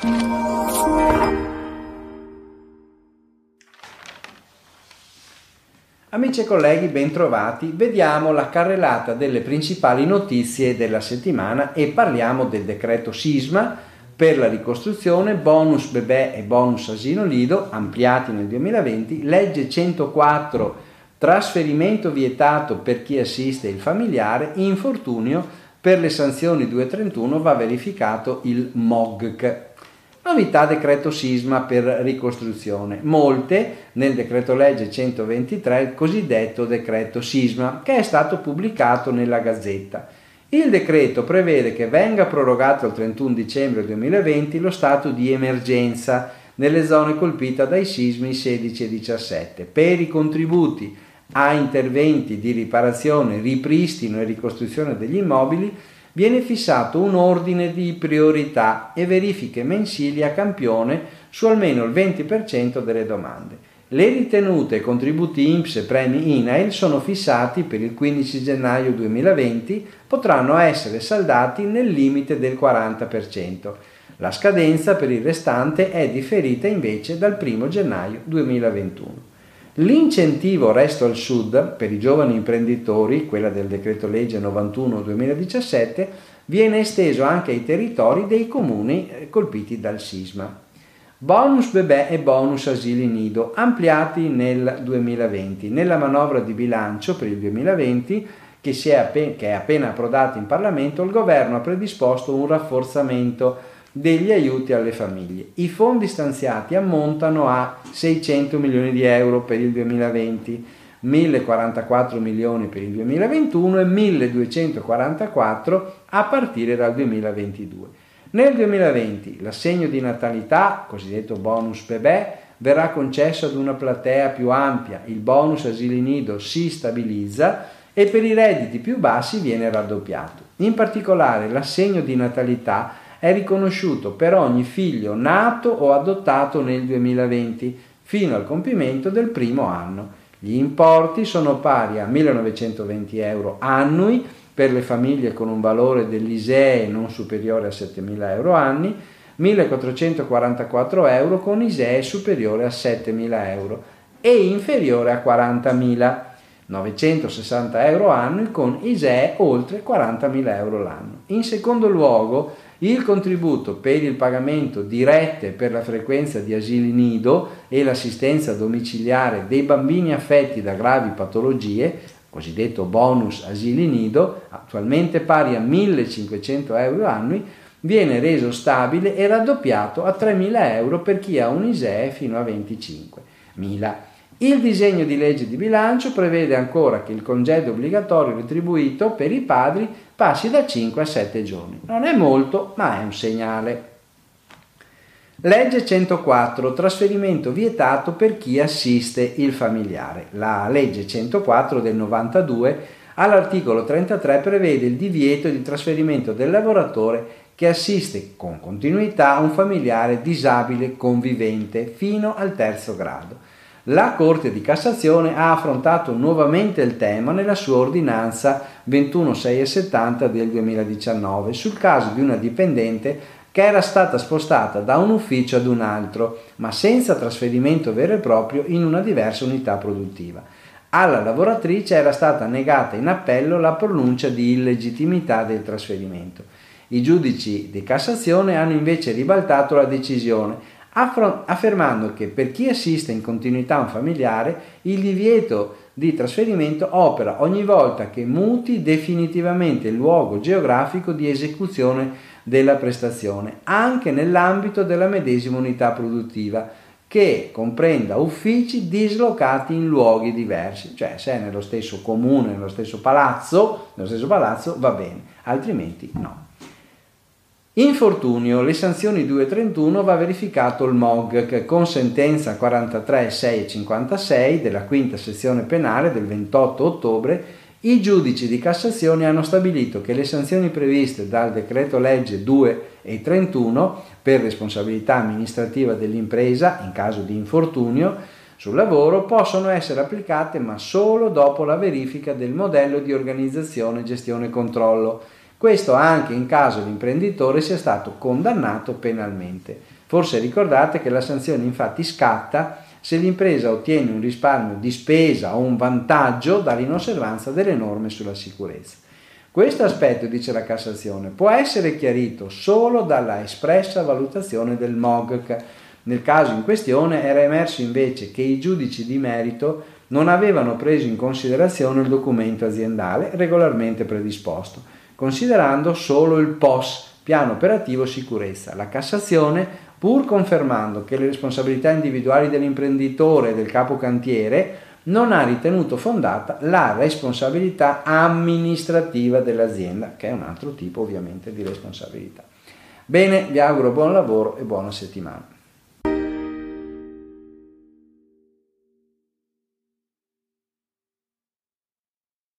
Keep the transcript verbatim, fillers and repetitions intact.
Amici e colleghi, bentrovati. Vediamo la carrellata delle principali notizie della settimana e parliamo del decreto sisma per la ricostruzione, bonus bebè e bonus asilo nido ampliati nel duemilaventi, legge centoquattro, trasferimento vietato per chi assiste il familiare, infortunio, per le sanzioni duecentotrentuno va verificato il M O G C. Novità decreto sisma per ricostruzione. Molte nel decreto legge centoventitré, il cosiddetto decreto sisma, che è stato pubblicato nella Gazzetta. Il decreto prevede che venga prorogato al trentuno dicembre duemilaventi lo stato di emergenza nelle zone colpite dai sismi sedici e diciassette per i contributi a interventi di riparazione, ripristino e ricostruzione degli immobili. Viene fissato un ordine di priorità e verifiche mensili a campione su almeno il venti per cento delle domande. Le ritenute contributi I N P S e premi I N A I L sono fissati per il quindici gennaio duemilaventi, potranno essere saldati nel limite del quaranta per cento. La scadenza per il restante è differita invece dal primo gennaio duemilaventuno. L'incentivo Resto al Sud per i giovani imprenditori, quella del decreto legge novantuno duemiladiciassette, viene esteso anche ai territori dei comuni colpiti dal sisma. Bonus bebè e bonus asili nido ampliati nel duemilaventi. Nella manovra di bilancio per il duemilaventi, che, si è appena, che è appena approdata in Parlamento, il governo ha predisposto un rafforzamento degli aiuti alle famiglie. I fondi stanziati ammontano a seicento milioni di euro per il duemilaventi, millequarantaquattro milioni per il duemilaventuno e milleduecentoquarantaquattro a partire dal duemilaventidue. Nel duemilaventi l'assegno di natalità, cosiddetto bonus bebè, verrà concesso ad una platea più ampia, il bonus asili nido si stabilizza e per i redditi più bassi viene raddoppiato. In particolare l'assegno di natalità è riconosciuto per ogni figlio nato o adottato nel duemilaventi fino al compimento del primo anno. Gli importi sono pari a millenovecentoventi euro annui per le famiglie con un valore dell'I S E E non superiore a settemila euro annui, millequattrocentoquarantaquattro euro con I S E E superiore a settemila euro e inferiore a quarantamila, novecentosessanta euro annui con I S E E oltre quarantamila euro l'anno. In secondo luogo, il contributo per il pagamento di rette per la frequenza di asili nido e l'assistenza domiciliare dei bambini affetti da gravi patologie, cosiddetto bonus asili nido, attualmente pari a millecinquecento euro annui, viene reso stabile e raddoppiato a tremila euro per chi ha un I S E E fino a venticinquemila. Il disegno di legge di bilancio prevede ancora che il congedo obbligatorio retribuito per i padri passi da cinque a sette giorni. Non è molto, ma è un segnale. Legge centoquattro, trasferimento vietato per chi assiste il familiare. La legge centoquattro del novantadue all'articolo trentatré prevede il divieto di trasferimento del lavoratore che assiste con continuità un familiare disabile convivente fino al terzo grado. La Corte di Cassazione ha affrontato nuovamente il tema nella sua ordinanza ventunoseicentosettanta del duemiladiciannove sul caso di una dipendente che era stata spostata da un ufficio ad un altro, ma senza trasferimento vero e proprio in una diversa unità produttiva. Alla lavoratrice era stata negata in appello la pronuncia di illegittimità del trasferimento. I giudici di Cassazione hanno invece ribaltato la decisione, affermando che per chi assiste in continuità un familiare il divieto di trasferimento opera ogni volta che muti definitivamente il luogo geografico di esecuzione della prestazione, anche nell'ambito della medesima unità produttiva, che comprenda uffici dislocati in luoghi diversi, cioè se è nello stesso comune, nello stesso palazzo, nello stesso palazzo va bene, altrimenti no. Infortunio, le sanzioni duecentotrentuno va verificato il M O G C con sentenza quarantatré sei cinquantasei della quinta sezione penale del ventotto ottobre. I giudici di Cassazione hanno stabilito che le sanzioni previste dal decreto legge due e trentuno per responsabilità amministrativa dell'impresa in caso di infortunio sul lavoro possono essere applicate ma solo dopo la verifica del modello di organizzazione, gestione e controllo, Questo anche in caso l'imprenditore sia stato condannato penalmente. Forse ricordate che la sanzione infatti scatta se l'impresa ottiene un risparmio di spesa o un vantaggio dall'inosservanza delle norme sulla sicurezza. Questo aspetto, dice la Cassazione, può essere chiarito solo dalla espressa valutazione del M O G C. Nel caso in questione era emerso invece che i giudici di merito non avevano preso in considerazione il documento aziendale regolarmente predisposto, considerando solo il P O S, Piano Operativo Sicurezza. La Cassazione, pur confermando che le responsabilità individuali dell'imprenditore e del capocantiere, non ha ritenuto fondata la responsabilità amministrativa dell'azienda, che è un altro tipo ovviamente di responsabilità. Bene, vi auguro buon lavoro e buona settimana.